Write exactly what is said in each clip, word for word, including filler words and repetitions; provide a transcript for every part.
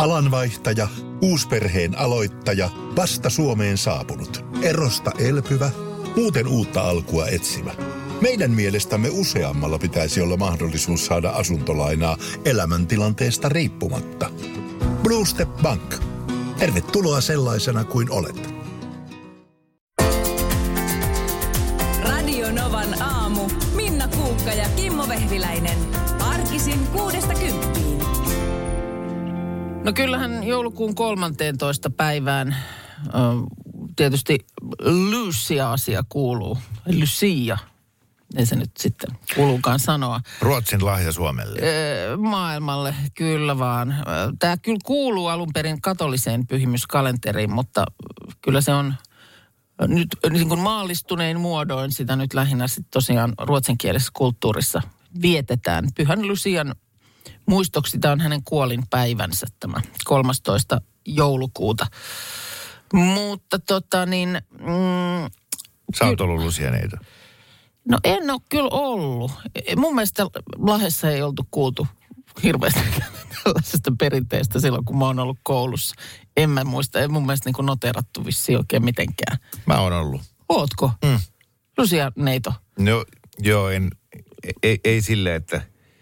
Alanvaihtaja, uusperheen aloittaja, vasta Suomeen saapunut, erosta elpyvä, muuten uutta alkua etsimä. Meidän mielestämme useammalla pitäisi olla mahdollisuus saada asuntolainaa elämäntilanteesta riippumatta. Blue Step Bank. Tervetuloa sellaisena kuin olet. Radio Novan aamu. Minna Kuukka ja Kimmo Vehviläinen. Arkisin kuudesta kymppiin. No kyllähän joulukuun kolmanteentoista päivään tietysti Lucia-asia kuuluu. Lucia. Ei se nyt sitten kuuluukaan sanoa. Ruotsin lahja Suomelle. Öö, maailmalle, kyllä vaan. Tämä kyllä kuuluu alun perin katoliseen pyhimyskalenteriin, mutta kyllä se on nyt niin kuin maallistunein muodoin sitä nyt lähinnä sitten tosiaan ruotsinkielisessä kulttuurissa vietetään. Pyhän Lucian muistoksi tämä on hänen kuolinpäivänsä tämä kolmastoista joulukuuta. Mutta tota niin... Mm, Sä oot ollut Lucianeita. No en ole kyllä ollut. Mun mielestä Lahdessa ei oltu kuultu hirveästi tällaisesta perinteestä silloin, kun mä oon ollut koulussa. En mä muista, ei mun mielestä niin kuin noteerattu vissiin oikein mitenkään. Mä oon ollut. Ootko? Mm. Lucia-neito? No joo, en, ei, ei silleen, että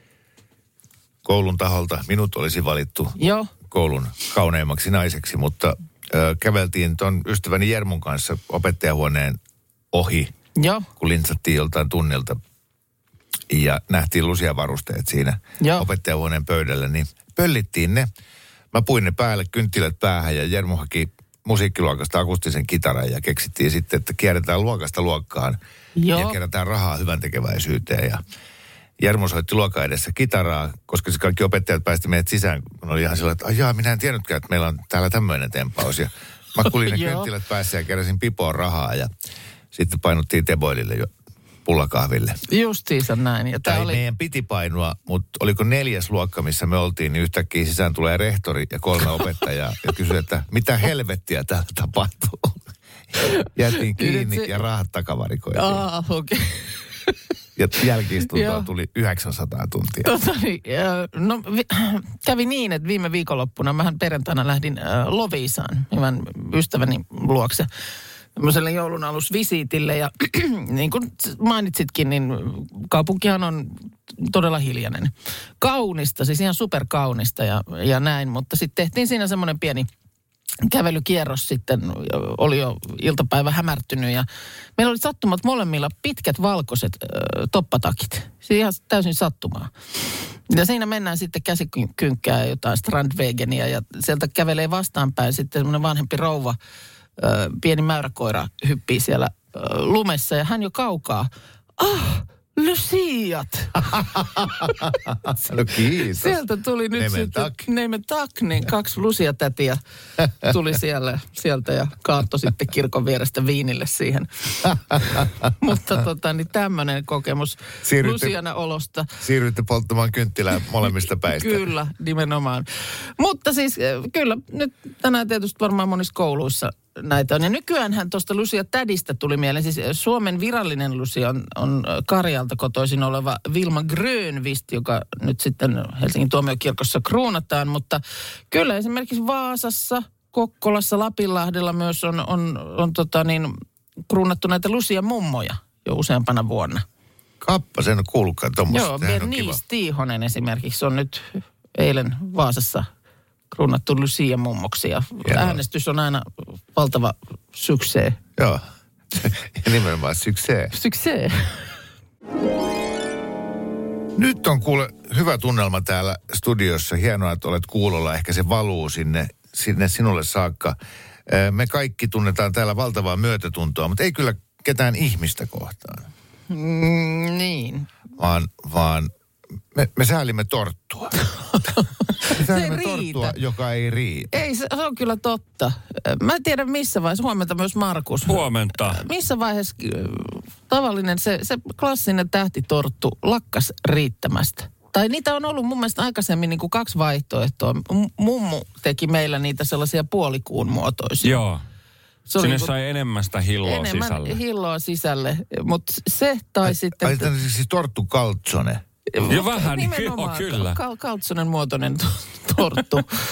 koulun taholta minut olisi valittu Joo. koulun kauneimmaksi naiseksi, mutta äh, käveltiin ton ystäväni Jermun kanssa opettajahuoneen ohi. Joo. Kun lintsattiin joltain tunnilta ja nähtiin Lucia-varusteet siinä Joo. opettajahuoneen pöydällä, niin pöllittiin ne. Mä puin ne päälle, kynttilät päähän ja Jermu haki musiikkiluokasta akustisen kitaran ja keksittiin sitten, että kierretään luokasta luokkaan Joo. ja kerätään rahaa hyvän tekeväisyyteen. Ja Jermu soitti luokan edessä kitaraa, koska se kaikki opettajat päästi meidät sisään, kun oli ihan sillä, että ajaa, minä en tiennytkään, että meillä on täällä tämmöinen tempaus. Ja mä kulin ne kynttilät päässä ja keräsin pipoon rahaa ja sitten painuttiin Teboilille jo pullakahville. Justiinsa näin. Ja tai oli... meidän piti painua, mutta oliko neljäs luokka, missä me oltiin, niin yhtäkkiä sisään tulee rehtori ja kolme opettajaa ja kysyi, että mitä helvettiä täällä tapahtuu. Jäätiin kiinni se... ja rahat takavarikoitiin. Ah, okei. Okay. Ja jälki-istuntoa tuli yhdeksänsataa tuntia. Tota niin, no vi, kävi niin, että viime viikonloppuna mähän perjantaina lähdin äh, Loviisaan, hyvän ystäväni luokse. Tämmöiselle joulun alusvisiitille ja niin kuin mainitsitkin, niin kaupunkihan on todella hiljainen. Kaunista, siis ihan superkaunista ja, ja näin, mutta sitten tehtiin siinä semmoinen pieni kävelykierros sitten, oli jo iltapäivä hämärtynyt ja meillä oli sattumat molemmilla pitkät valkoiset ö, toppatakit. Siis ihan täysin sattumaa. Ja siinä mennään sitten käsikynkkää jotain Strandwegenia ja sieltä kävelee vastaanpäin sitten semmoinen vanhempi rouva, ö, pieni mäyräkoira hyppii siellä ö, lumessa ja hän jo kaukaa. Ah! Luciat. No kiitos. Sieltä tuli nyt Nemen sitten tak. Nemen tak, niin kaksi Lucia-tätiä tuli siellä, sieltä ja kaattoi sitten kirkon vierestä viinille siihen. Mutta tota, niin tämmöinen kokemus Siirrytte, Luciana olosta. Siirrytte polttamaan kynttilää molemmista päistä. Kyllä, nimenomaan. Mutta siis kyllä, nyt tänään tietysti varmaan monissa kouluissa näitä on. Ja nykyäänhän tuosta Lucia-tädistä tuli mieleen. Siis Suomen virallinen Lucia on, on Karjalta kotoisin oleva Vilma Grönvist, joka nyt sitten Helsingin tuomiokirkossa kruunataan. Mutta kyllä esimerkiksi Vaasassa, Kokkolassa, Lapinlahdella myös on, on, on tota niin, kruunattu näitä Lucia-mummoja jo useampana vuonna. Kappa, sen on kuullutkaan tuommoista. Joo, Bernice Tiihonen esimerkiksi on nyt eilen Vaasassa kruunattu Lucia-mummoksi ja Hienoa. Äänestys on aina valtava syksee. Joo, ja nimenomaan syksee. Syksee. Nyt on kuule hyvä tunnelma täällä studiossa. Hienoa, että olet kuulolla. Ehkä se valuu sinne, sinne sinulle saakka. Me kaikki tunnetaan täällä valtavaa myötätuntoa, mutta ei kyllä ketään ihmistä kohtaan. Mm, niin. Vaan, vaan me, me säälimme torttua. Me säälimme torttua, joka ei riitä. Ei, se, se on kyllä totta. Mä en tiedä missä vaiheessa, huomenta myös Markus. Huomenta. Missä vaiheessa tavallinen se, se klassinen tähtitorttu lakkas riittämästä? Tai niitä on ollut mun mielestä aikaisemmin niin kuin kaksi vaihtoehtoa. Mummu teki meillä niitä sellaisia puolikuun muotoisia. Joo. Sinne niin kuin sai enemmän sitä hilloa enemmän sisälle. Enemmän hilloa sisälle, mutta se tai ai, sitten... Ai tämä siis torttu kaltsone. Ja vähän, joo, kyllä. Kal- Kaltsonen muotoinen torttu.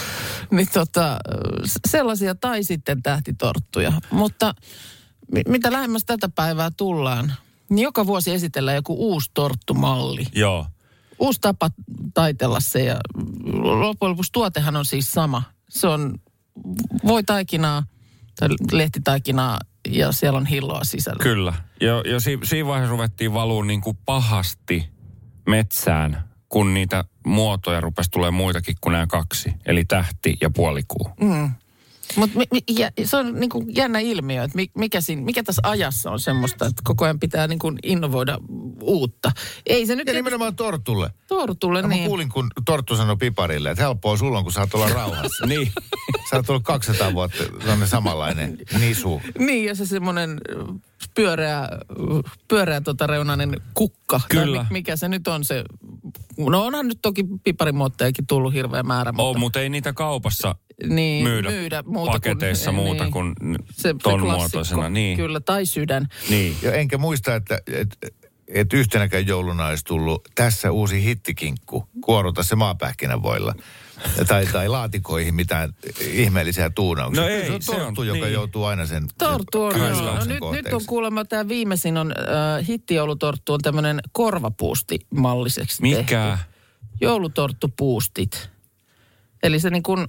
niin tota, sellaisia tai sitten tähtitorttuja. Mutta mi- mitä lähemmäs tätä päivää tullaan, niin joka vuosi esitellään joku uusi torttumalli. Joo. Uusi tapa taitella se ja loppujen lopuksi tuotehan on siis sama. Se on voitaikinaa tai lehtitaikinaa ja siellä on hilloa sisällä. Kyllä. Ja, ja si, siinä vaiheessa ruvettiin valuu niin kuin pahasti metsään, kun niitä muotoja rupesi tulemaan muitakin kuin nämä kaksi. Eli tähti ja puolikuu. Mm. Mutta se on niinku jännä ilmiö, että mikä, siinä, mikä tässä ajassa on semmoista, että koko ajan pitää niinku innovoida uutta. Ei se nyt... Ja nimenomaan tortulle. Tortulle, ja niin. Mä kuulin, kun torttu sanoi piparille, että helppoa sulla on, kun saat olla rauhassa. Niin. Sä oot ollut kaksisataa vuotta sellainen samanlainen nisu. Niin, ja se semmoinen pyöreä, pyöreä tota reunainen kukka. Kyllä. Tai mikä se nyt on se... No onhan nyt toki piparimuottejakin tullut hirveä määrä, mutta... On, mutta ei niitä kaupassa niin, myydä, myydä muuta paketeissa kuin, muuta niin, kuin se, ton se muotoisena. Niin. Kyllä, tai sydän. Niin. Ja enkä muista, että et, et yhtenäkään jouluna olisi tullut tässä uusi hittikinkku, kuoruta se maapähkinänvoilla. Tai, tai laatikoihin mitään ihmeellisiä tuunauksia. No ei, se on se torttu, on, joka niin. joutuu aina sen Torttu on, sen joo. No, nyt, nyt on kuulemma tämä viimeisin on, äh, hittijoulutorttu on tämmöinen korvapuusti-malliseksi Mikä? tehty. Joulutorttupuustit. Eli se niin kuin,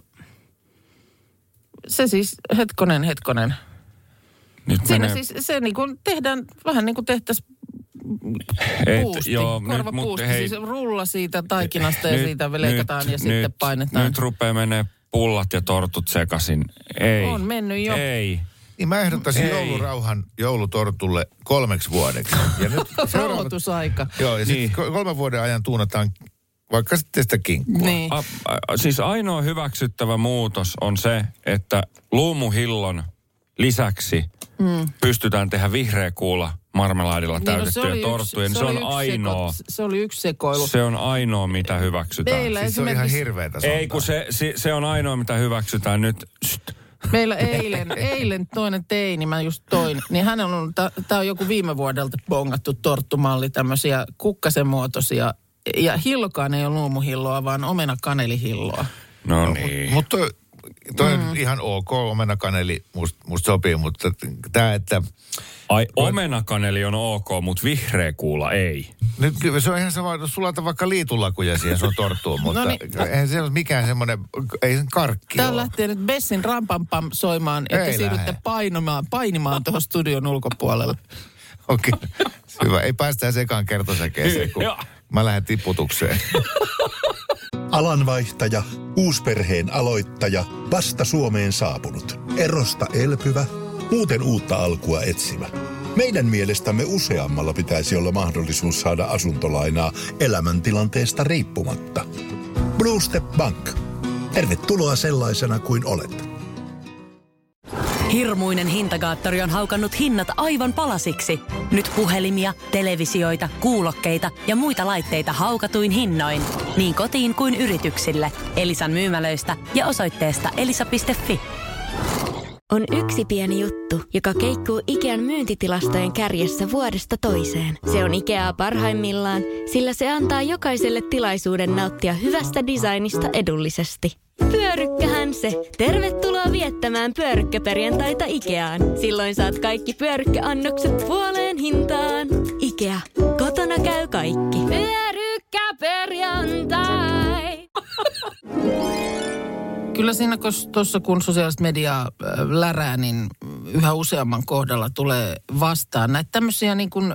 se siis, hetkonen, hetkonen. Nyt Siinä menee... siis se niin kuin tehdään, vähän niin kuin tehtäisiin Et, puusti, joo, nyt, korvapuusti. mut hei, Siis rulla siitä taikinasta ja nyt, siitä leikataan nyt, ja sitten nyt, painetaan. Nyt rupeaa menee pullat ja tortut sekaisin. Ei. On mennyt jo. Ei. Niin mä ehdottaisin Ei. joulurauhan joulutortulle kolmeksi vuodeksi. Ja nyt seuraavat, Rauhoitusaika. joo, ja Niin. sitten kolmen vuoden ajan tuunataan vaikka sitten sitä kinkkua. Niin. A, a, siis ainoa hyväksyttävä muutos on se, että luumuhillon lisäksi mm. pystytään tehdä vihreä kuula marmelaadilla Niin, no, täytettyjä se torttuja. Yksi, Se, se on oli ainoa. Seko, se oli yksi sekoilu. Se on ainoa, mitä hyväksytään. Meillä Siis se on ihan esimerkiksi- hirveetä sontaa. Ei, kun se, se, se on ainoa, mitä hyväksytään nyt. Shht. Meillä eilen, eilen toinen teini, mä just toin, niin hän on ollut, tämä on joku viime vuodelta bongattu torttumalli, tämmöisiä kukkasen muotoisia. Ja hillokaan ei ole luumuhilloa, vaan omena-kanelihilloa. No niin. Mutta toi, toi mm. on ihan ok, omenakaneli musta must sopii, mutta tämä, että Ai, omenakaneli on ok, mutta vihreä kuula ei. nyt kyllä se on ihan sama, jos sulata vaikka liitulakuja siihen sun torttuun, mutta No niin. eihän se ole mikään semmoinen, ei sen karkki Täällä ole. lähtee nyt Bessin rampampam soimaan, että Ei siirrytte lähde. painimaan, painimaan tuohon studion ulkopuolelle. Okei, hyvä. Ei päästä sekaan kertosäkeeseen, kun Joo. mä lähden tiputukseen. Alanvaihtaja, uusperheen aloittaja, vasta Suomeen saapunut, erosta elpyvä, muuten uutta alkua etsimä. Meidän mielestämme useammalla pitäisi olla mahdollisuus saada asuntolainaa elämäntilanteesta riippumatta. Blue Step Bank. Tervetuloa sellaisena kuin olet. Hirmuinen hintakaattori on haukannut hinnat aivan palasiksi. Nyt puhelimia, televisioita, kuulokkeita ja muita laitteita haukatuin hinnoin. Niin kotiin kuin yrityksille. Elisan myymälöistä ja osoitteesta elisa piste fi. On yksi pieni juttu, joka keikkuu Ikean myyntitilastojen kärjessä vuodesta toiseen. Se on Ikeaa parhaimmillaan, sillä se antaa jokaiselle tilaisuuden nauttia hyvästä designista edullisesti. Pyörykkähän se! Tervetuloa viettämään pyörykkäperjantaita Ikeaan. Silloin saat kaikki pyörykkäannokset puoleen hintaan. Ikea. Kotona käy kaikki. Pyörykkäperjantai! Kyllä siinä tuossa kun sosiaalista mediaa äh, lärää, niin yhä useamman kohdalla tulee vastaan näitä tämmöisiä niin kuin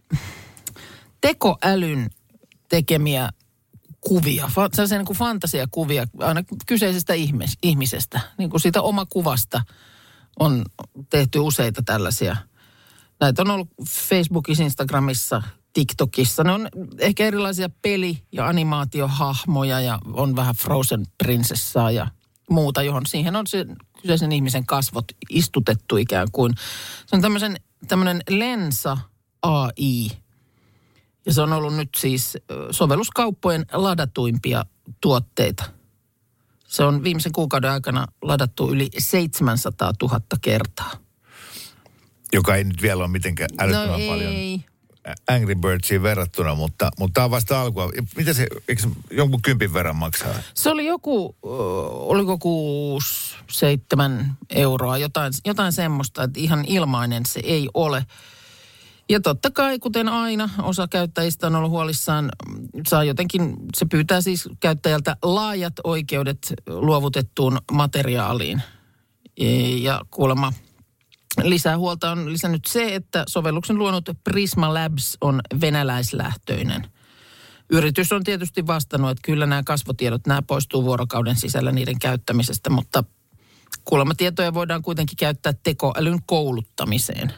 tekoälyn tekemiä kuvia, fa- sellaisia niin kuin fantasiakuvia aina kyseisestä ihmis- ihmisestä. Niin kuin siitä omakuvasta on tehty useita tällaisia. Näitä on ollut Facebookissa, Instagramissa, TikTokissa. Ne on ehkä erilaisia peli- ja animaatiohahmoja ja on vähän Frozen prinsessaa ja muuta, johon siihen on se kyseisen ihmisen kasvot istutettu ikään kuin. Se on tämmöisen, tämmöinen Lensa A I. Ja se on ollut nyt siis sovelluskauppojen ladatuimpia tuotteita. Se on viimeisen kuukauden aikana ladattu yli seitsemänsataatuhatta kertaa. Joka ei nyt vielä ole mitenkään älyttömän no paljon ei. Angry Birdsiin verrattuna, mutta, mutta tämä on vasta alkua. Mitä se, eikö se jonkun kympin verran maksaa? Se oli joku, oliko kuusi, seitsemän euroa, jotain, jotain semmoista, että ihan ilmainen se ei ole. Ja totta kai, kuten aina, osa käyttäjistä on ollut huolissaan, saa jotenkin, se pyytää siis käyttäjältä laajat oikeudet luovutettuun materiaaliin. Ja kuulemma lisää huolta on lisännyt se, että sovelluksen luonut Prisma Labs on venäläislähtöinen. Yritys on tietysti vastannut, että kyllä nämä kasvotiedot, nämä poistuu vuorokauden sisällä niiden käyttämisestä, mutta kuulemma tietoja voidaan kuitenkin käyttää tekoälyn kouluttamiseen.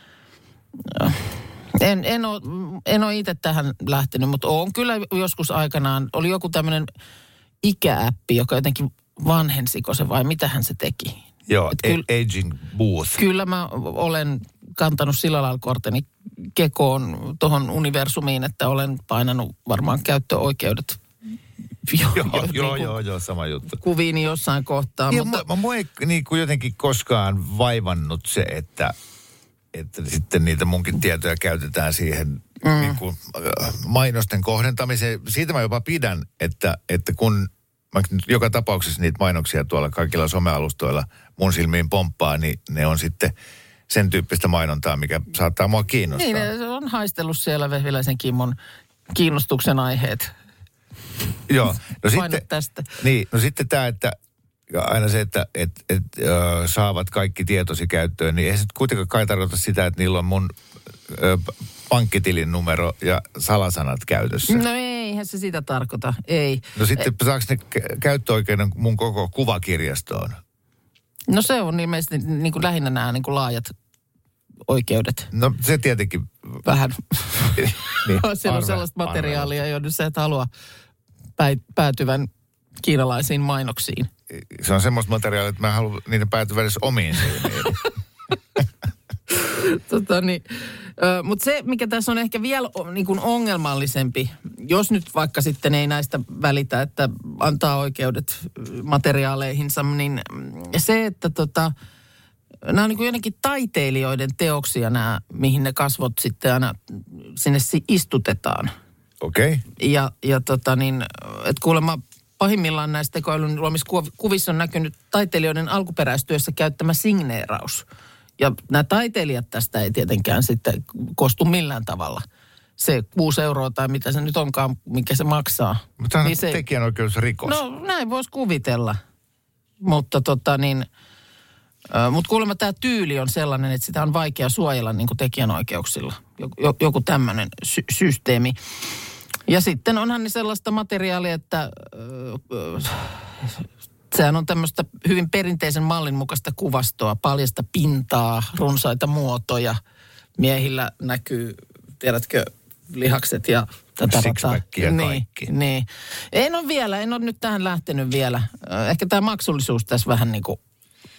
En, en ole, en ole itse tähän lähtenyt, mutta olen kyllä joskus aikanaan, oli joku tämmöinen ikääppi, joka jotenkin vanhensiko se vai mitähän se teki. Joo, kyllä, aging booth. Kyllä mä olen kantanut sillä lailla korteni kekoon tuohon universumiin, että olen painanut varmaan käyttöoikeudet. joo, joo, joo, niin joo, joo, joo, sama juttu. Kuviini jossain kohtaa. Ja mutta... Mä, mä ei niin kuin jotenkin koskaan vaivannut se, että, että sitten niitä munkin tietoja käytetään siihen mm. niin kuin, mainosten kohdentamiseen. Siitä mä jopa pidän, että, että kun mä joka tapauksessa niitä mainoksia tuolla kaikilla somealustoilla mun silmiin pomppaa, niin ne on sitten sen tyyppistä mainontaa, mikä saattaa mua kiinnostaa. Niin, se on haistellut siellä Vehviläisen Kimmon kiinnostuksen aiheet. Joo. No sitten, tästä. Niin, no sitten tämä, että aina se, että et, et, ö, saavat kaikki tietosi käyttöön, niin ei se kuitenkaan kai tarkoita sitä, että niillä on mun ö, pankkitilin numero ja salasanat käytössä. No eihän se sitä tarkoita, ei. No sitten e- saako ne käyttöoikeuden mun koko kuvakirjastoon? No se on ilmeisesti niin kuin lähinnä nämä niin kuin laajat oikeudet. No se tietenkin. Vähän. niin, se on sellaista materiaalia, joiden sä et halua päi- päätyvän kiinalaisiin mainoksiin. Se on semmoista materiaalia, että mä haluan niiden päätyvän edes omiin silmiin. tota niin, mutta se, mikä tässä on ehkä vielä niin kuin ongelmallisempi, jos nyt vaikka sitten ei näistä välitä, että antaa oikeudet materiaaleihinsa, niin se, että tota, nämä on niin kuin jotenkin taiteilijoiden teoksia nämä, mihin ne kasvot sitten aina sinne istutetaan. Okei. Okay. Ja, ja tota niin, että kuulemma pahimmillaan näistä tekoälyn luomiskuvissa on näkynyt taiteilijoiden alkuperäistyössä käyttämä signeeraus. Ja nämä taiteilijat tästä ei tietenkään sitten kostu millään tavalla. Se kuusi euroa tai mitä se nyt onkaan, mikä se maksaa. Mutta tämä on niin se, tekijänoikeusrikos. No näin voisi kuvitella. Mutta tota niin, äh, mutta kuulemma tämä tyyli on sellainen, että sitä on vaikea suojella niin kuin tekijänoikeuksilla. Joku, joku tämmöinen sy- systeemi. Ja sitten onhan niin sellaista materiaalia, että äh, sehän on tämmöistä hyvin perinteisen mallin mukaista kuvastoa, paljasta pintaa, runsaita muotoja. Miehillä näkyy, tiedätkö, lihakset ja tätä sixpackia ja kaikki. Niin, niin. En ole vielä, en ole nyt tähän lähtenyt vielä. Ehkä tämä maksullisuus tässä vähän niin kuin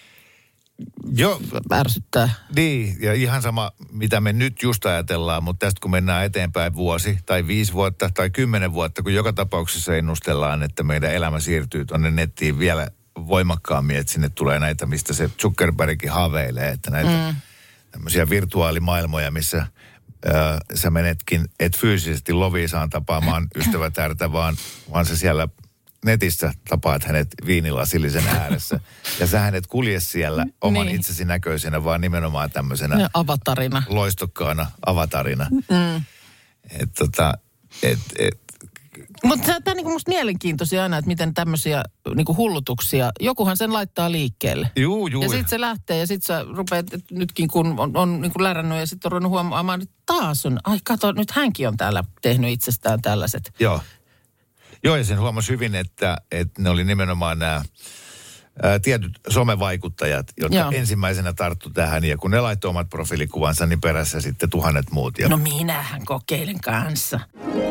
Joo, ärsyttää. Niin, ja ihan sama, mitä me nyt just ajatellaan, mutta tästä kun mennään eteenpäin vuosi tai viisi vuotta tai kymmenen vuotta, kun joka tapauksessa ennustellaan, että meidän elämä siirtyy tuonne nettiin vielä voimakkaammin, että sinne tulee näitä, mistä se Zuckerbergkin haaveilee, että näitä mm. tämmöisiä virtuaalimaailmoja, missä ää, sä menetkin, et fyysisesti Loviisaan tapaamaan ystävätärtä, vaan, vaan se siellä netissä tapaat hänet viinilasillisen ääressä. Ja sä hänet kulje siellä oman niin. itsesi näköisenä, vaan nimenomaan tämmöisenä ja avatarina. Loistokkaana avatarina. Mm. Et tota, et, et. Mutta tämä on niinku musta mielenkiintoisia aina, että miten tämmöisiä niinku hullutuksia, jokuhan sen laittaa liikkeelle. Juu, juu. Ja sitten se lähtee ja sitten sä rupeat, nytkin kun on, on niinku lärännyt ja sitten on ruvennut huomaamaan, että taas on, ai kato, nyt hänkin on täällä tehnyt itsestään tällaiset. Joo. Joo, ja sen huomasi hyvin, että, että ne oli nimenomaan nämä ää, tietyt somevaikuttajat, jotka Joo. ensimmäisenä tarttu tähän. Ja kun ne laittoi omat profiilikuvansa, niin perässä sitten tuhannet muut. Ja... No minähän kokeilen kanssa.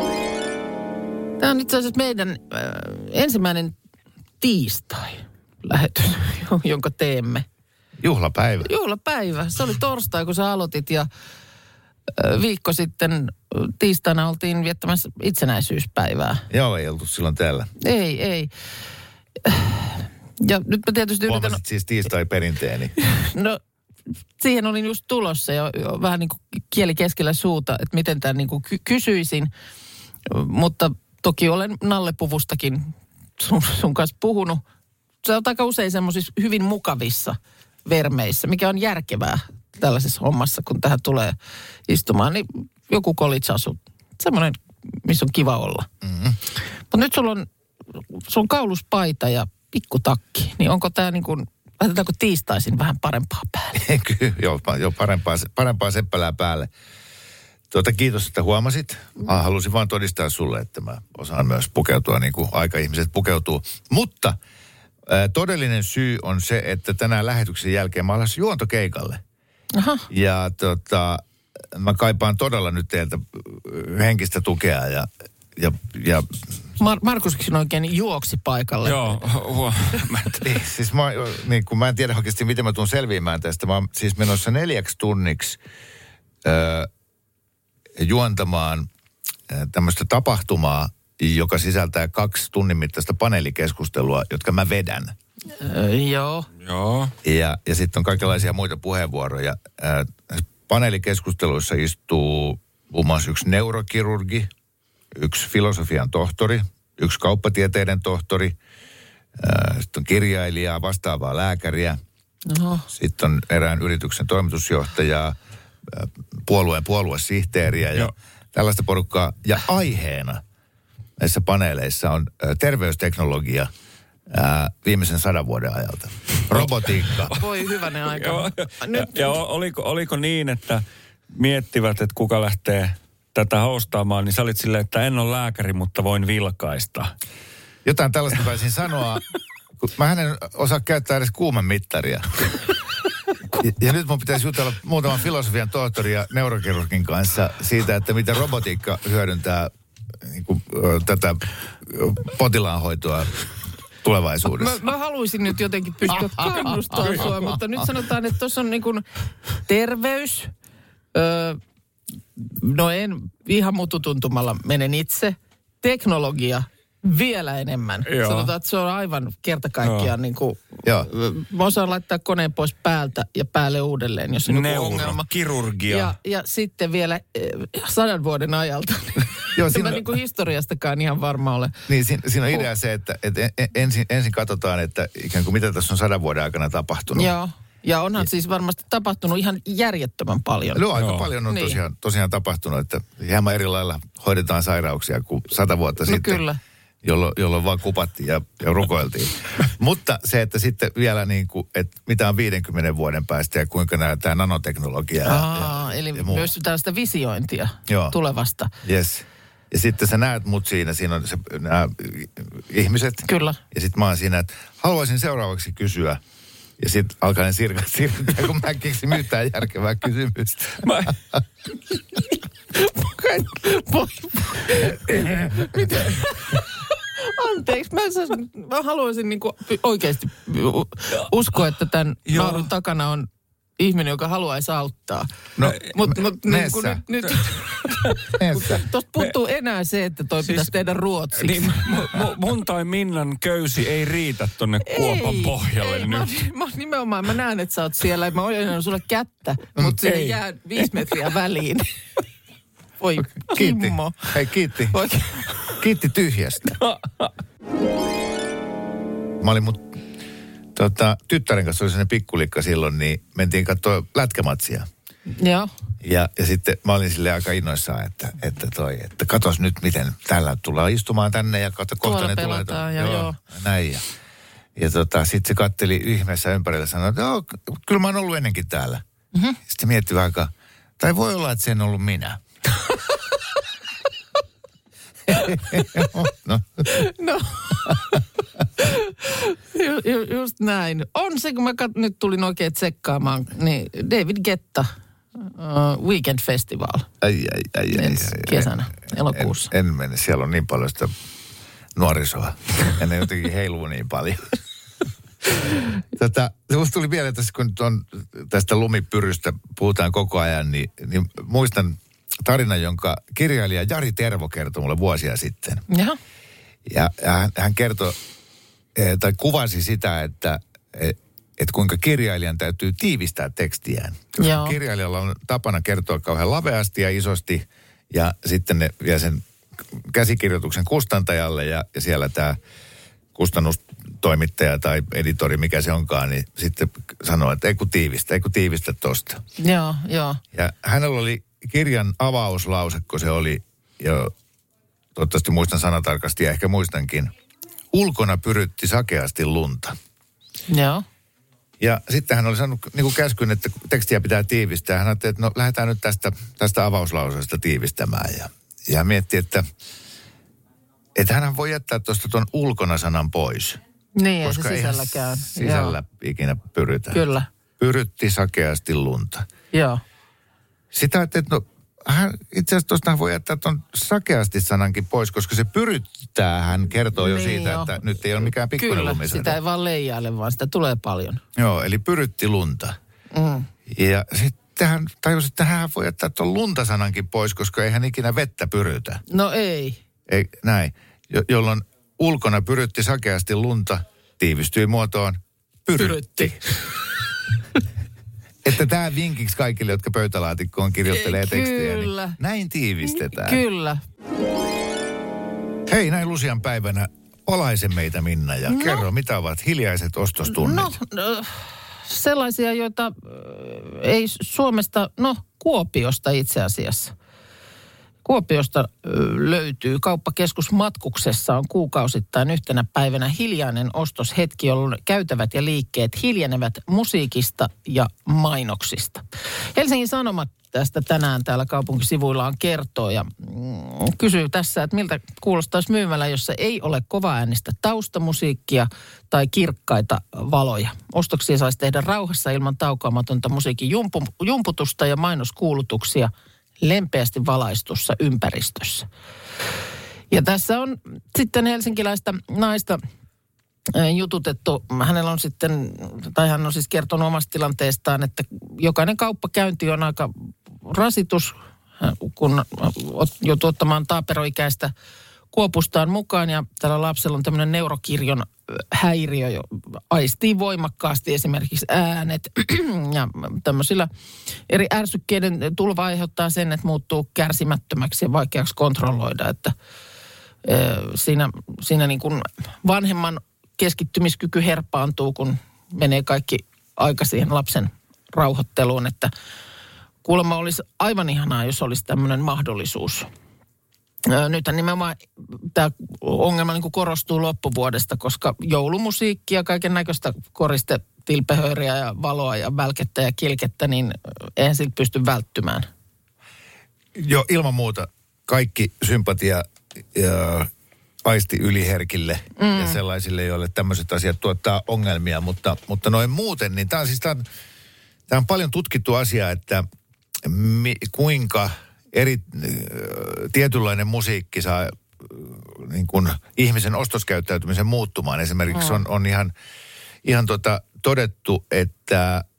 Tämä on itse asiassa meidän äh, ensimmäinen tiistai-lähetys, jonka teemme. Juhlapäivä. Juhlapäivä. Se oli torstai, kun sä aloitit ja äh, viikko sitten tiistaina oltiin viettämässä itsenäisyyspäivää. Joo, ei oltu silloin täällä. Ei, ei. Ja nyt mä tietysti Huomasit yritän... siis tiistai-perinteeni. No siihen olin just tulossa jo, jo vähän niin kuin kieli keskellä suuta, että miten tämän niin kuin ky- kysyisin. Mutta toki olen nallepuvustakin sun, sun kanssa puhunut. Se on aika usein semmoisissa hyvin mukavissa vermeissä, mikä on järkevää tällaisessa hommassa, kun tähän tulee istumaan. Niin joku college-asu, semmoinen, missä on kiva olla. Mm-hmm. Mutta nyt sulla on, sulla on kauluspaita ja pikkutakki, niin onko tämä niin kuin, laitetaanko tiistaisin vähän parempaa päälle? Kyllä, joo, joo parempaa, parempaa seppälää päälle. Tuota, kiitos, että huomasit. Mä halusin vaan todistaa sulle, että mä osaan myös pukeutua niin kuin aikaihmiset pukeutuu. Mutta ää, todellinen syy on se, että tänään lähetyksen jälkeen mä olen juontokeikalle. Aha. Ja tota, mä kaipaan todella nyt teiltä henkistä tukea ja... ja, ja Mar- Markuskin oikein juoksi paikalle. Joo, huo. niin, siis mä, niin kun mä en tiedä oikeasti, miten mä tuun selviämään tästä. Mä oon siis menossa neljäksi tunniksi öö, juontamaan tämmöistä tapahtumaa, joka sisältää kaksi tunnin mittaista paneelikeskustelua, jotka mä vedän. Öö, joo. Joo. Ja, ja sitten on kaikenlaisia muita puheenvuoroja. Ää, paneelikeskusteluissa istuu muun muassa yksi neurokirurgi, yksi filosofian tohtori, yksi kauppatieteiden tohtori, ää, sitten on kirjailijaa, vastaavaa lääkäriä. Oho. Sitten on erään yrityksen toimitusjohtajaa, puolueen puoluesihteeriä ja Joo. tällaista porukkaa. Ja aiheena näissä paneeleissa on terveysteknologia ää, viimeisen sadan vuoden ajalta. Robotiikka. Voi hyvänen aika. Joo, Nyt... ja, ja oliko, oliko niin, että miettivät, että kuka lähtee tätä hostaamaan, niin sä olit silleen, että en ole lääkäri, mutta voin vilkaista. Jotain tällaista taisin sanoa. Mä en osaa käyttää edes kuuman mittaria. Ja, ja nyt mun pitäisi jutella muutaman filosofian tohtori ja neurokirurgin kanssa siitä, että miten robotiikka hyödyntää niin kuin, tätä potilaanhoitoa tulevaisuudessa. Mä, mä haluaisin nyt jotenkin pystyä kannustamaan sua, mutta nyt sanotaan, että tuossa on niin kuin terveys, öö, no en ihan mututuntumalla menen itse, teknologia vielä enemmän. Joo. Sanotaan, että se on aivan kerta kaikkiaan niin kuin, mä osaan laittaa koneen pois päältä ja päälle uudelleen, jos on joku ongelma. Kirurgia. Ja, ja sitten vielä eh, sadan vuoden ajalta. Joo, siinä... Mä niin kuin historiastakaan ihan varma ole. Niin, siinä, siinä on idea se, että, että ensin, ensin katsotaan, että ikään kuin mitä tässä on sadan vuoden aikana tapahtunut. Joo. Ja onhan ja. siis varmasti tapahtunut ihan järjettömän paljon. No aika Joo. paljon on niin. tosiaan, tosiaan tapahtunut, että hieman eri lailla hoidetaan sairauksia kuin sata vuotta no sitten. Kyllä. Jolloin, jolloin vaan kupattiin ja, ja rukoiltiin. Mutta se, että sitten vielä niin kuin, että mitä on viidenkymmenen vuoden päästä ja kuinka nämä, tämä nanoteknologia Aa, ja, eli ja myös tällaista visiointia Joo. tulevasta. Yes. Ja sitten sä näet mut siinä, siinä on se, nämä ihmiset. Kyllä. Ja sitten mä oon siinä, että haluaisin seuraavaksi kysyä. Ja sitten alkaa ne sirkattaa, kun mä keksin mitään järkevää kysymystä. Mä... Mitä? Anteeksi, mä, sais, mä haluaisin niinku oikeasti uskoa, että tämän naurun takana on ihminen, joka haluaisi auttaa. No, Mutta mut, niin nyt, nyt tuosta puuttuu enää se, että toi siis, pitäisi tehdä ruotsiksi. Niin, mun, mun tai Minnan köysi ei riitä tonne kuopan ei, pohjalle ei, nyt. Mä, mä, nimenomaan mä näen, että sä oot siellä. Mä ojennan sulle kättä, mutta se ei jää viisi metriä väliin. Voi kiitti. Kimmo. Hei, kiitti. Voi. Kiitti tyhjästä. Mä olin mun tota, tyttären kanssa, oli sellainen pikkulikka silloin, niin mentiin katsoa lätkämatsia. Joo. Ja, ja sitten mä olin silleen aika innoissaan, että, että toi, että katos nyt miten täällä tullaan istumaan tänne ja kato, kohta ne tulee. Tuolla ja joo. joo. Näin ja, ja tota, sitten se katteli ihmeessä ympärillä ja sanoi, että joo, kyllä mä oon ollut ennenkin täällä. Mm-hmm. Sitten mietti vähän, tai voi olla, että se en ollut minä. no. no. Ju, ju, just näin. On se, kun mä kat, nyt tulin oikein tsekkaamaan, niin David Guetta, uh, Weekend Festival. Ai, ai, ai, ai, ensi ai, kesänä, en, elokuussa. En, en mene, siellä on niin paljon sitä nuorisoa. Ja ne jotenkin heiluu niin paljon. Tota, musta tuli vielä tässä, kun on tästä lumipyrystä puhutaan koko ajan, niin, niin muistan tarina, jonka kirjailija Jari Tervo kertoi mulle vuosia sitten. Jaha. Ja hän, hän kertoi, tai kuvasi sitä, että että kuinka kirjailijan täytyy tiivistää tekstiään. Koska Joo. kirjailijalla on tapana kertoa kauhean laveasti ja isosti, ja sitten ne vie sen käsikirjoituksen kustantajalle, ja, ja siellä tämä kustannustoimittaja tai editori, mikä se onkaan, niin sitten sanoo, että ei kun tiivistä, ei kun tiivistä tosta. Joo, joo. Ja hänellä oli kirjan avauslause, kun se oli, ja toivottavasti muistan sanatarkasti ja ehkä muistankin, ulkona pyrytti sakeasti lunta. Joo. Ja sitten hän oli saanut niin kuin käskyn, että tekstiä pitää tiivistää. Hän ajatteli, että no lähdetään nyt tästä, tästä avauslauseesta tiivistämään. Ja, ja hän mietti, että, että hän voi jättää tuosta tuon ulkona sanan pois. Niin, ei koska se sisälläkään. Sisällä Joo. ikinä pyrytä. Kyllä. Pyrytti sakeasti lunta. Joo. Sitä että no, hän, itse asiassa tuosta voi jättää tuon sakeasti sanankin pois, koska se pyryttää, hän kertoo jo niin siitä, jo. Että nyt ei ole mikään pikkuinen Kyllä, lumisade. sitä ei vaan leijaile, vaan sitä tulee paljon. Joo, eli pyrytti lunta. Mm. Ja sitten hän tajusi, että hän voi jättää tuon luntasanankin pois, koska ei hän ikinä vettä pyrytä. No ei. Ei, näin. Jo, jolloin ulkona pyrytti sakeasti lunta, tiivistyi muotoon pyrytti. pyrytti. Että tämä vinkiksi kaikille, jotka pöytälaatikkoon kirjoittelee tekstiä. Kyllä. Niin näin tiivistetään. Kyllä. Hei, näin Lucian päivänä palaise meitä, Minna, ja no. kerro, mitä ovat hiljaiset ostostunnit? No, no sellaisia, joita äh, ei Suomesta, no Kuopiosta itse asiassa. Kuopiosta äh, löytyy kauppakeskus Matkuksessa on kuukausittain yhtenä päivänä hiljainen ostoshetki, jolloin käytävät ja liikkeet hiljenevät musiikista ja mainoksista. Helsingin Sanomat tästä tänään täällä kaupunkisivuillaan kertoo ja mm, kysyy tässä, että miltä kuulostaisi myymälä, jossa ei ole kovaäänistä taustamusiikkia tai kirkkaita valoja. Ostoksia saisi tehdä rauhassa ilman taukoamatonta musiikin jumpu, jumputusta ja mainoskuulutuksia lempeästi valaistussa ympäristössä. Ja tässä on sitten helsinkiläistä naista jututettu. Hänellä on sitten, tai hän on siis kertonut omasta tilanteestaan, että jokainen kauppakäynti on aika rasitus, kun joutuu ottamaan taaperoikäistä kuopustaan mukaan. Ja tällä lapsella on tämmöinen neurokirjon häiriö, jo aistii voimakkaasti esimerkiksi äänet. Ja tämmöisillä eri ärsykkeiden tulva aiheuttaa sen, että muuttuu kärsimättömäksi ja vaikeaksi kontrolloida. Että siinä, siinä niin kuin vanhemman keskittymiskyky herpaantuu, kun menee kaikki aika siihen lapsen rauhoitteluun, että kuulemma olisi aivan ihanaa, jos olisi tämmöinen mahdollisuus. Nythän nimenomaan tämä ongelma niin kuin korostuu loppuvuodesta, koska joulumusiikki ja kaiken näköistä koriste, tilpehööriä ja valoa ja välkettä ja kilkettä, niin eihän siltä pysty välttymään. Joo, ilman muuta kaikki sympatia ja aisti yliherkille mm. ja sellaisille, joille tämmöiset asiat tuottaa ongelmia, mutta, mutta noin muuten, niin tämä on siis, tämä on, tämä on paljon tutkittu asia, että mi, kuinka eri äh, tietynlainen musiikki saa äh, niin kuin ihmisen ostoskäyttäytymisen muuttumaan. Esimerkiksi mm. on, on ihan, ihan tota, todettu, että äh,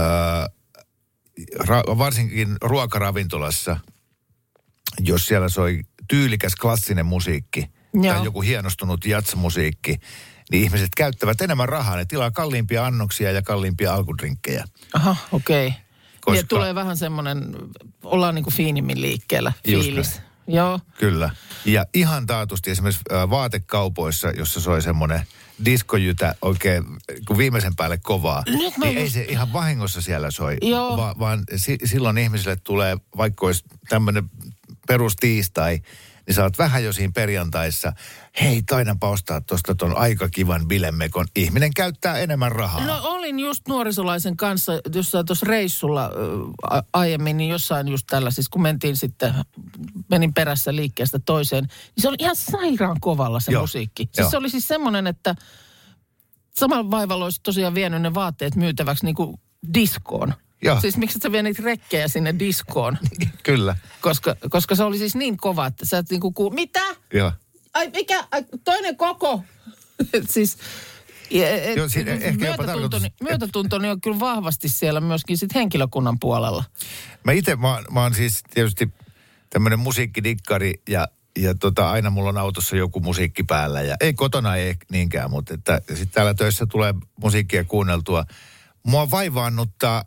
ra, varsinkin ruokaravintolassa, jos siellä soi tyylikäs klassinen musiikki, Joo. tai joku hienostunut jatsmusiikki, niin ihmiset käyttävät enemmän rahaa. Ne tilaa kalliimpia annoksia ja kalliimpia alkudrinkkejä. Aha, okei. Okay. Koska... Ja tulee vähän semmoinen, ollaan niin kuin fiinimmin liikkeellä, fiilis. Joo. Kyllä. Ja ihan taatusti esimerkiksi vaatekaupoissa, jossa soi semmoinen diskojytä oikein kun viimeisen päälle kovaa, Nyt niin just... ei se ihan vahingossa siellä soi, va- vaan si- silloin ihmisille tulee, vaikka olisi tämmöinen perustiistai, niin sä oot vähän jo siinä perjantaissa, hei, taidanpa ostaa tuosta ton aika kivan bilemekon. Ihminen käyttää enemmän rahaa. No olin just nuorisolaisen kanssa, jossain tuossa reissulla ä, aiemmin, niin jossain just tällä, siis kun mentiin sitten, menin perässä liikkeestä toiseen, niin se oli ihan sairaan kovalla se Joo. musiikki. Siis se oli siis semmoinen, että samalla vaivalla olisi tosiaan vienyt ne vaatteet myytäväksi niin kuin diskoon. Joo. Siis miksi sä vie niitä rekkejä sinne diskoon? Kyllä. Koska, koska se oli siis niin kova, että sä et niinku kuul... Mitä? Joo. Ai mikä? Ai, toinen koko. siis... Et, Joo, siinä ehkä jopa tarkoitus... Myötätuntoni on kyllä vahvasti siellä myöskin sit henkilökunnan puolella. Mä itse, mä, mä oon siis tietysti tämmöinen musiikkidikkari ja, ja tota, aina mulla on autossa joku musiikki päällä. Ja ei kotona ei niinkään, mutta että sitten täällä töissä tulee musiikkia kuunneltua. Mua vaivaannuttaa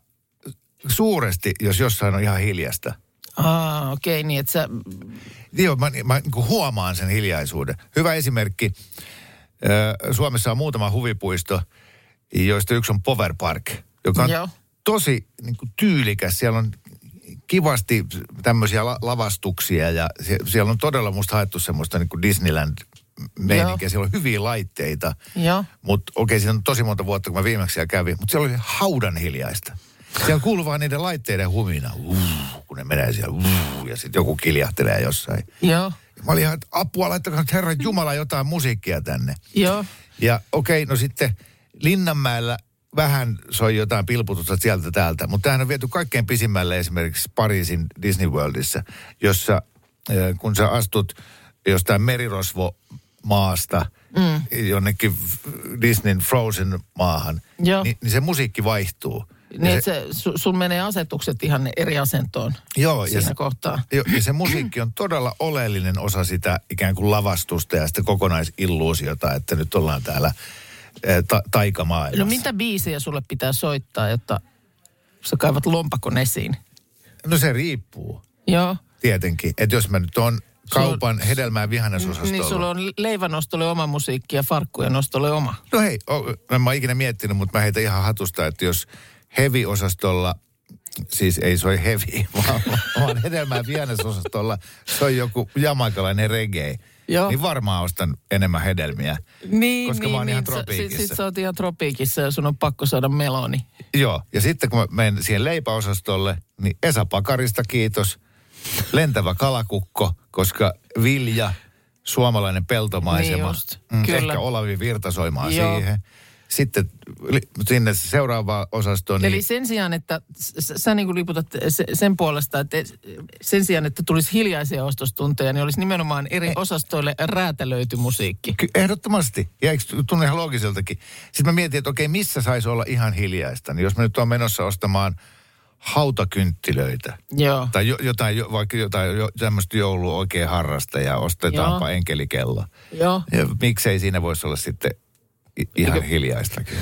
suuresti, jos jossain on ihan hiljasta. Ah, okei, okay, niin että sä... Joo, mä, mä niin kuin huomaan sen hiljaisuuden. Hyvä esimerkki. Suomessa on muutama huvipuisto, joista yksi on Power Park, joka on Joo. tosi niin kuin tyylikäs. Siellä on kivasti tämmöisiä la- lavastuksia ja sie- siellä on todella musta haettu semmoista niin kuin Disneyland-meininkiä. Siellä on hyviä laitteita, mutta okei, okay, siinä on tosi monta vuotta, kun mä viimeksi siellä kävin, mutta siellä oli haudan hiljaista. Siellä kuuluu vaan niiden laitteiden humina, uh, kun ne menee siellä, uh, ja sitten joku kiljahtelee jossain. Joo. Mä olin ihan, että apua, laittakaa nyt Herran Jumala jotain musiikkia tänne. Joo. Ja okei, okay, no sitten Linnanmäellä vähän soi jotain pilputusta sieltä täältä, mutta tämähän on viety kaikkein pisimmälle esimerkiksi Pariisin Disney Worldissa, jossa kun sä astut jostain merirosvomaasta mm. jonnekin Disneyn Frozen maahan, niin, niin se musiikki vaihtuu. Niin, se, se sun menee asetukset ihan eri asentoon joo, siinä ja se, kohtaa. Jo, ja se musiikki on todella oleellinen osa sitä ikään kuin lavastusta ja sitä kokonaisilluusiota, että nyt ollaan täällä ta- taikamaailmassa. No mitä biisejä sulle pitää soittaa, jotta sä kaivat lompakon esiin? No se riippuu. Joo. Tietenkin. Että jos mä nyt on kaupan Sul... hedelmää vihannesosastolla. Niin sulla on leivanostolle oma musiikki ja farkkujen nostolle oma. No hei, o, en mä oon ikinä miettinyt, mutta mä heitän ihan hatusta, että jos heavy-osastolla, siis ei soi heavy, vaan, vaan hedelmää vihannesosastolla soi joku jamaikalainen reggae. Joo. Niin varmaan ostan enemmän hedelmiä, niin, koska niin, mä oon niin, ihan tropiikissa. Sitten sit sä oot ihan tropiikissa ja sun on pakko saada meloni. Joo, ja sitten kun mä menen siihen leipäosastolle, niin Esa Pakarista kiitos. Lentävä kalakukko, koska vilja, suomalainen peltomaisema. Niin just, mm, kyllä. Ehkä Olavi Virta soimaan Joo. siihen. Sitten sinne seuraavaan osastoon. Eli niin... sen sijaan, että sä, sä niin kuin liputat sen puolesta, että sen sijaan, että tulisi hiljaisia ostostunteja, niin olisi nimenomaan eri eh. osastoille räätälöity musiikki. Ky- ehdottomasti. Ja eikö tunne ihan loogiseltakin? Sitten mä mietin, että okei, missä saisi olla ihan hiljaista. Niin jos mä nyt oon menossa ostamaan hautakynttilöitä. Joo. Tai jo, jotain, jo, vaikka jotain jo, tämmöistä joulua oikein harrasta ja ostetaanpa Joo. enkelikello. Joo. Ja miksei siinä voisi olla sitten ihan Eikö... hiljaistakin.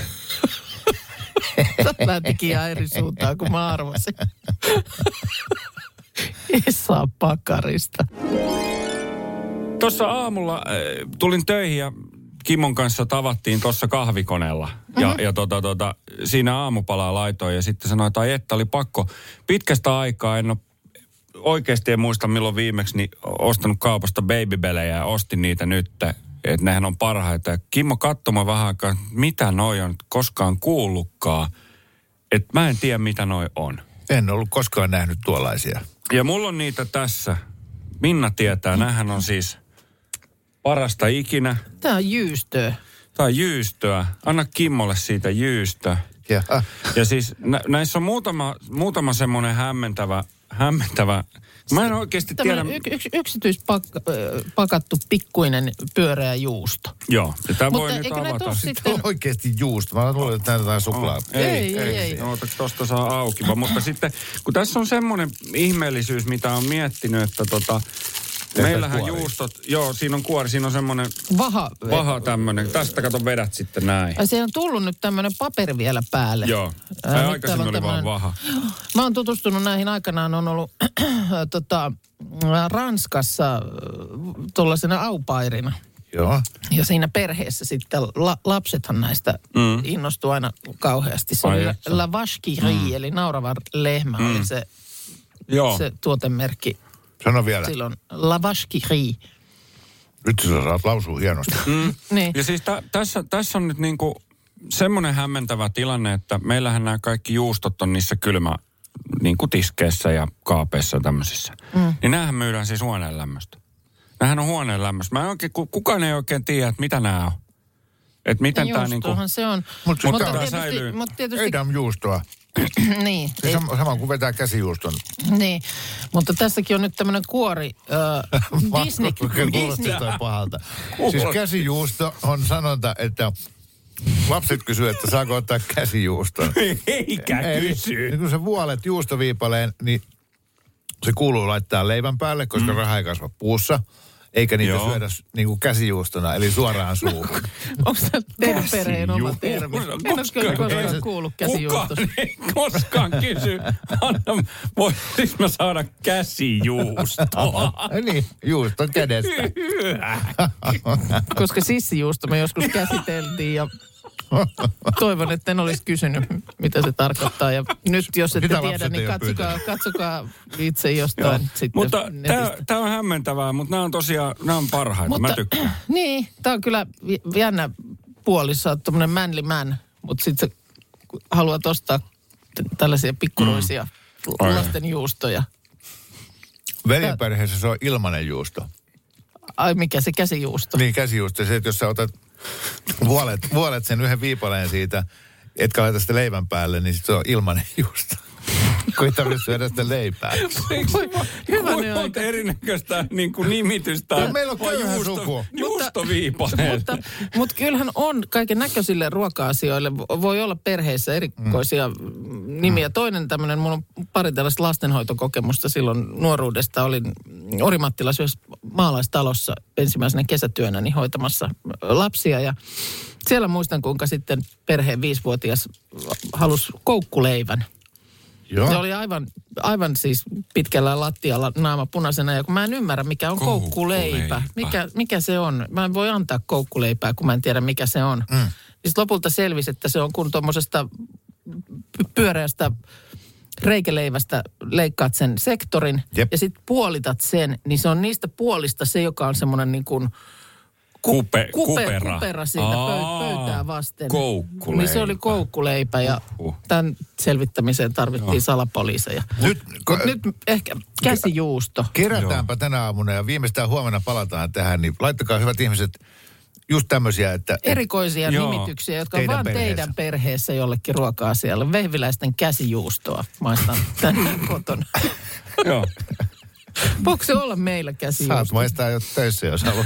Lähtikin ihan eri suuntaan kuin mä arvasin. Esa Pakarista. Tuossa aamulla äh, tulin töihin ja Kimmon kanssa tavattiin tuossa kahvikoneella. Mm-hmm. Ja, ja tota, tota, siinä aamupalaa laitoin ja sitten sanoin, että, että oli pakko. Pitkästä aikaa en ole oikeasti en muista milloin viimeksi niin ostanut kaupasta babybelejä ja ostin niitä nyt. Että nehän on parhaita. Ja Kimmo katsoi vähän aikaa, mitä noi on koskaan kuullutkaan. Että mä en tiedä, mitä noi on. En ollut koskaan nähnyt tuollaisia. Ja mulla on niitä tässä. Minna tietää, nämähän on siis parasta ikinä. Tää on jyystöä. Tää on jyystöä. Anna Kimmolle siitä jyystö. Ja, ah. ja siis nä- näissä on muutama, muutama semmoinen hämmentävä, hämmentävä. Mä en oikeasti tiedä. Y- yks, yksityispakattu pikkuinen pyöreä juusto. Joo, ja tämä voi Mutta nyt avata. Sitten... on oikeasti juusto. Mä luulen, että näitä jotain suklaa. Oh, ei, ei, ei. ei. Ootaks tosta saa auki. Mutta sitten, kun tässä on semmoinen ihmeellisyys, mitä on miettinyt, että tota... Meillähän kuori. Juustot, joo, siinä on kuori, siinä on semmoinen vaha, vaha tämmöinen. Tästä kato vedät sitten näin. Ja siihen on tullut nyt tämmöinen paperi vielä päälle. Joo, Ää, aikaisemmin oli tämmönen... vaan vaha. Mä oon tutustunut näihin aikanaan, on ollut tota, Ranskassa tuollaisena aupairina. Joo. Ja siinä perheessä sitten la, lapsethan näistä mm. innostuu aina kauheasti. Se oli La Vache qui rit, mm. eli naurava lehmä mm. oli se, se tuotemerkki. Sano vielä. Silloin La Vache qui rit. Nyt sä saat lausua hienosti. Mm. niin. Ja siis tä, tässä, tässä on nyt niinku semmoinen hämmentävä tilanne, että meillähän nämä kaikki juustot on niissä kylmä niinku tiskeissä ja kaapeissa ja tämmöisissä. Mm. Niin näähän myydään siis huoneen lämmöstä. Nämähän on huoneen lämmöstä. Mä en oikein, kukaan ei oikein tiedä, että mitä nämä on. Että miten tämä niinku... se on. Mut, mutta mutta tietysti, säilyy. Mut tietysti... Ei dam juustoa. niin. Se sama, sama kuin vetää käsijuuston. Niin, mutta tässäkin on nyt tämmöinen kuori uh, Disney. Disney. pahalta. Siis käsijuusto on sanonta, että lapset kysyy, että saako ottaa käsijuuston. Eikä kysy. Kun sä vuolet juustoviipaleen, niin se kuuluu laittaa leivän päälle, koska mm. raha ei kasva puussa. eikä niitä Joo. syödä niin kuin käsijuustona, eli suoraan suuhun. Onko tämä teidän perheen oma termi? En ole kyllä koskaan kuullut käsijuustosta. Kukaan ei koskaan kysy, Anna, voisinko mä saada käsijuustoa? niin, juuston kädestä. Koska sissijuusto me joskus käsiteltiin ja toivon, että en olisi kysynyt, mitä se tarkoittaa. Ja nyt, jos ette Mitä tiedä, lapset niin ei ole katsokaa, katsokaa itse jostain sitten Mutta netistä. tämä on hämmentävää, mutta nämä on tosiaan, nämä on parhaita. Mutta, mä tykkään. Niin, tämä on kyllä jännä puoli. Sä oot tommonen manly man, mutta sitten sä haluat ostaa t- tällaisia pikkuruisia mm. lasten juustoja. Veliperheessä se on ilmainen juusto. Ai mikä se käsijuusto? Niin, käsijuusto. Se, että jos sä otat vuolet, vuolet sen yhden viipaleen siitä, etkä laita sitä leivän päälle, niin sit se on ilmainen juusto. Kun ei tarvitse syödä sitä leipää. Hyvänen Kuinka aika. erinäköistä niin kuin nimitystä. Ja meillä on köyhä suku. Juustoviipaleet. Mutta, mutta kyllähän on kaiken näköisille ruoka-asioille. Voi olla perheissä erikoisia mm. nimiä. Toinen tämmöinen, mulla on pari tällaista lastenhoitokokemusta silloin nuoruudesta. Olin Orimattilassa maalaistalossa ensimmäisenä kesätyönäni hoitamassa lapsia. Ja siellä muistan, kuinka sitten perheen viisivuotias halusi koukkuleivän. Joo. Se oli aivan, aivan siis pitkällä lattialla naama punaisena, ja kun mä en ymmärrä, mikä on koukkuleipä. Mikä, mikä se on? Mä en voi antaa koukkuleipää, kun mä en tiedä, mikä se on. Mm. Sitten lopulta selvisi, että se on kun tuommoisesta pyöreästä reikäleivästä leikkaat sen sektorin, Jep. ja sitten puolitat sen, niin se on niistä puolista se, joka on semmoinen niin kuin Kupe, kupe, kupera. kupera siitä Aa, pöytää vasten. Koukkuleipä. Niin se oli koukkuleipä ja Uh. tämän selvittämiseen tarvittiin Joo. salapoliiseja. Nyt, Mut nyt ehkä käsijuusto. Kerätäänpä tänä aamuna ja viimeistään huomenna palataan tähän, niin laittakaa hyvät ihmiset just tämmöisiä, että... Erikoisia Joo. nimityksiä, jotka on Teidän vaan perheessä. teidän perheessä jollekin ruoka-asialle. Vehviläisten käsijuustoa maistan tänne kotona. Joo. Voiko se olla meillä Saat käsijuusto? maistaa jo töissä, jos haluat.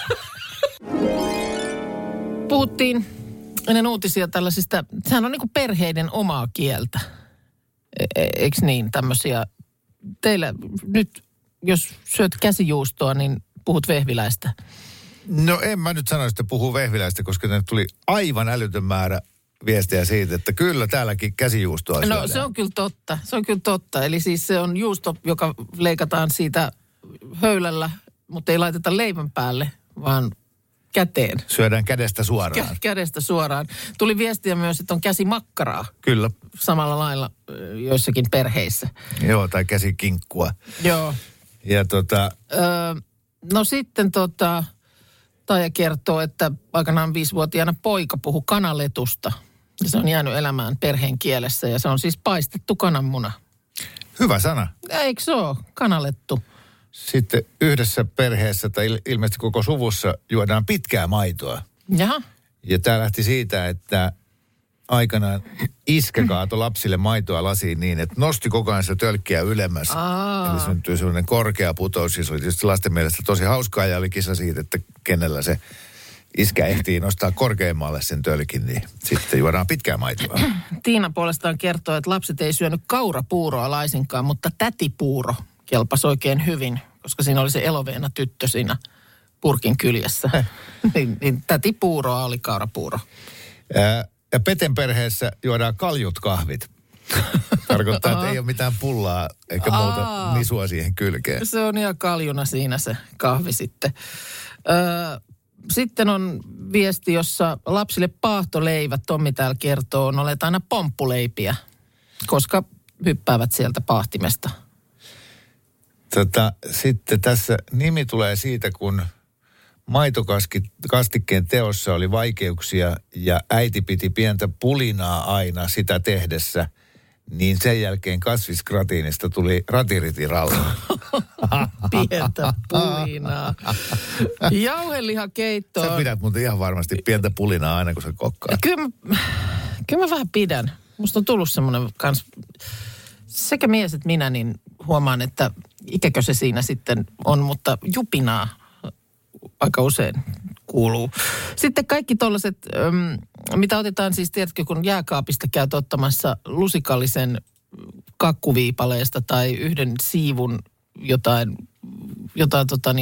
Puhuttiin ennen uutisia tällaisista, sehän on niin kuin perheiden omaa kieltä. E- eikö niin, tämmöisiä? Teillä nyt, jos syöt käsijuustoa, niin puhut vehviläistä. No en mä nyt sano, että puhuu vehviläistä, koska tänne tuli aivan älytön määrä viestejä siitä, että kyllä täälläkin käsijuustoa No syödään. se on kyllä totta, se on kyllä totta. Eli siis se on juusto, joka leikataan siitä höylällä, mutta ei laiteta leivän päälle, vaan käteen. Syödään kädestä suoraan. Kä- kädestä suoraan. Tuli viestiä myös, että on käsimakkaraa Kyllä. samalla lailla ö, joissakin perheissä. Joo, tai käsikinkkua. Joo. Ja tota, Öö, no sitten tota, Taija kertoo, että aikanaan viisivuotiaana poika puhui kanaletusta. Ja se on jäänyt elämään perheen kielessä ja se on siis paistettu kananmuna. hyvä sana. Eikö se ole? Kanalettu. Sitten yhdessä perheessä tai il- ilmeisesti koko suvussa juodaan pitkää maitoa. Jaha. Ja tämä lähti siitä, että aikanaan iskä kaatoi lapsille maitoa lasiin niin, että nosti koko ajan sitä tölkkiä ylemmäs. Aa. Eli syntyi sellainen korkea putous. Ja se oli tietysti lasten mielestä tosi hauskaa ja oli kisa siitä, että kenellä se iskä ehtii nostaa korkeammalle sen tölkin, niin sitten juodaan pitkää maitoa. Tiina puolestaan kertoo, että lapset ei syönyt kaurapuuroa laisinkaan, mutta tätipuuro kelpasi oikein hyvin, koska siinä oli se eloveena tyttö siinä purkin kyljessä. niin, niin tätipuuroa oli kaurapuuro. Ää, ja Peten perheessä juodaan kaljut kahvit. Tarkoittaa, että ei ole mitään pullaa eikä muuta Aa. nisua siihen kylkeen. Se on ihan kaljuna siinä se kahvi sitten. Öö, sitten on viesti, jossa lapsille paahtoleivät, Tommi täällä kertoo, on olet aina pomppuleipiä, koska hyppäävät sieltä paahtimesta. Tota, sitten tässä nimi tulee siitä, kun maitokastikkeen teossa oli vaikeuksia ja äiti piti pientä pulinaa aina sitä tehdessä, niin sen jälkeen kasvisgratiinista tuli ratiritiralla. Pientä pulinaa. Jauhelihakeitto Sä on... pidät muuten ihan varmasti pientä pulinaa aina, kun sä kokkaat. Kyllä, mä- kyllä mä vähän pidän. Musta on tullut semmoinen kans... Sekä mies että minä, niin huomaan, että ikäkö se siinä sitten on, mutta jupinaa aika usein kuuluu. Sitten kaikki tollaiset, mitä otetaan siis, tiedätkö, kun jääkaapista käyt ottamassa lusikallisen kakkuviipaleesta tai yhden siivun jotain, jotain tota niin,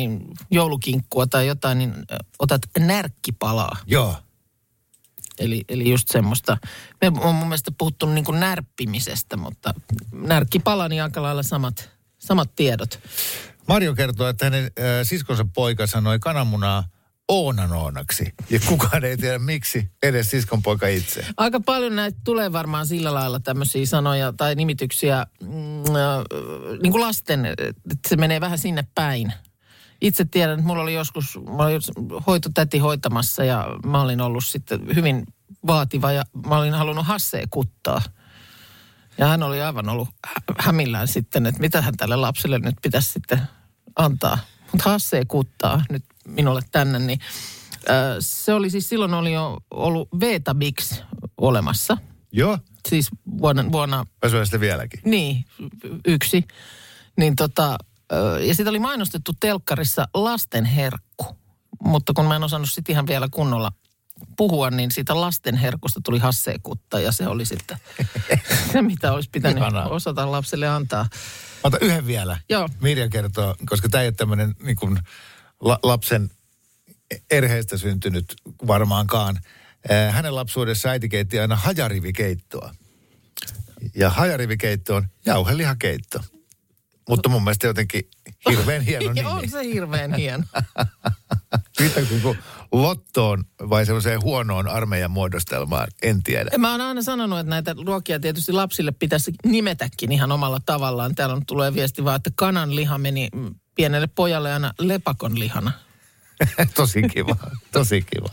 joulukinkkua tai jotain, niin otat närkkipalaa. Joo. Eli, eli just semmoista, me on mun mielestä puhuttu niin kuin närppimisestä, mutta närkkipala niin aika lailla samat, samat tiedot. Marjo kertoo, että hänen äh, siskonsa poika sanoi kananmunaa oonanoonaksi. Ja kukaan ei tiedä miksi, edes siskon poika itse. Aika paljon näitä tulee varmaan sillä lailla tämmöisiä sanoja tai nimityksiä mm, äh, niin kuin lasten, että se menee vähän sinne päin. Itse tiedän, että mulla oli joskus, mulla oli hoitotäti hoitamassa ja mä olin ollut sitten hyvin vaativa ja mä olin halunnut Hassea kuttaa. Ja hän oli aivan ollut hämillään sitten, että mitähän tälle lapselle nyt pitäisi sitten antaa. Mutta Hassea kuttaa nyt minulle tänne, niin äh, se oli siis silloin oli jo ollut Vetabix olemassa. Joo. Siis vuonna... vuonna Pääsee sitten vieläkin. Niin, yksi. Niin tota... Ja siitä oli mainostettu telkkarissa lastenherkku. Mutta kun mä en osannut sitten ihan vielä kunnolla puhua, niin siitä lastenherkusta tuli Hassea-kutta. Ja se oli sitten se, mitä olisi pitänyt Ihanaa. osata lapselle antaa. Ota yhden vielä. Joo. Mirja kertoo, koska tämä ei ole tämmöinen niin kuin la- lapsen erheestä syntynyt varmaankaan. Hänen lapsuudessa äiti keitti aina hajarivikeittoa. Ja hajarivikeitto on jauhelihakeitto. Mutta mun mielestä jotenkin hirveän hieno nimi. On se hirveän hieno. Mitä kuin lottoon vai semmoiseen huonoon armeijan muodostelmaan, en tiedä. Mä oon aina sanonut, että näitä ruokia tietysti lapsille pitäisi nimetäkin ihan omalla tavallaan. Täällä on, tulee viesti vaan, että kananliha meni pienelle pojalle aina lepakon lihana. Tosi kiva, tosi kiva.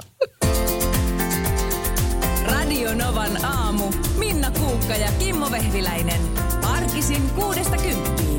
Radio Novan aamu. Minna Kuukka ja Kimmo Vehviläinen. Arkisin kuudesta kymppiin.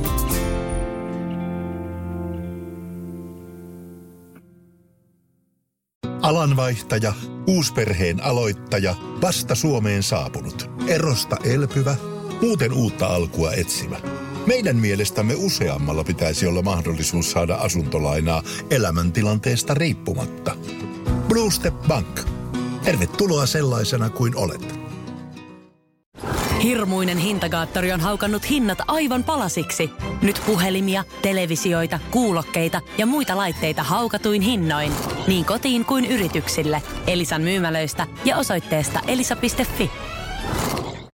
Alanvaihtaja, uusperheen aloittaja, vasta Suomeen saapunut, erosta elpyvä, muuten uutta alkua etsimä. Meidän mielestämme useammalla pitäisi olla mahdollisuus saada asuntolainaa elämäntilanteesta riippumatta. Blue Step Bank. Tervetuloa sellaisena kuin olet. Hirmuinen hintakaattori on haukannut hinnat aivan palasiksi. Nyt puhelimia, televisioita, kuulokkeita ja muita laitteita haukatuin hinnoin. Niin kotiin kuin yrityksille. Elisan myymälöistä ja osoitteesta elisa piste fi.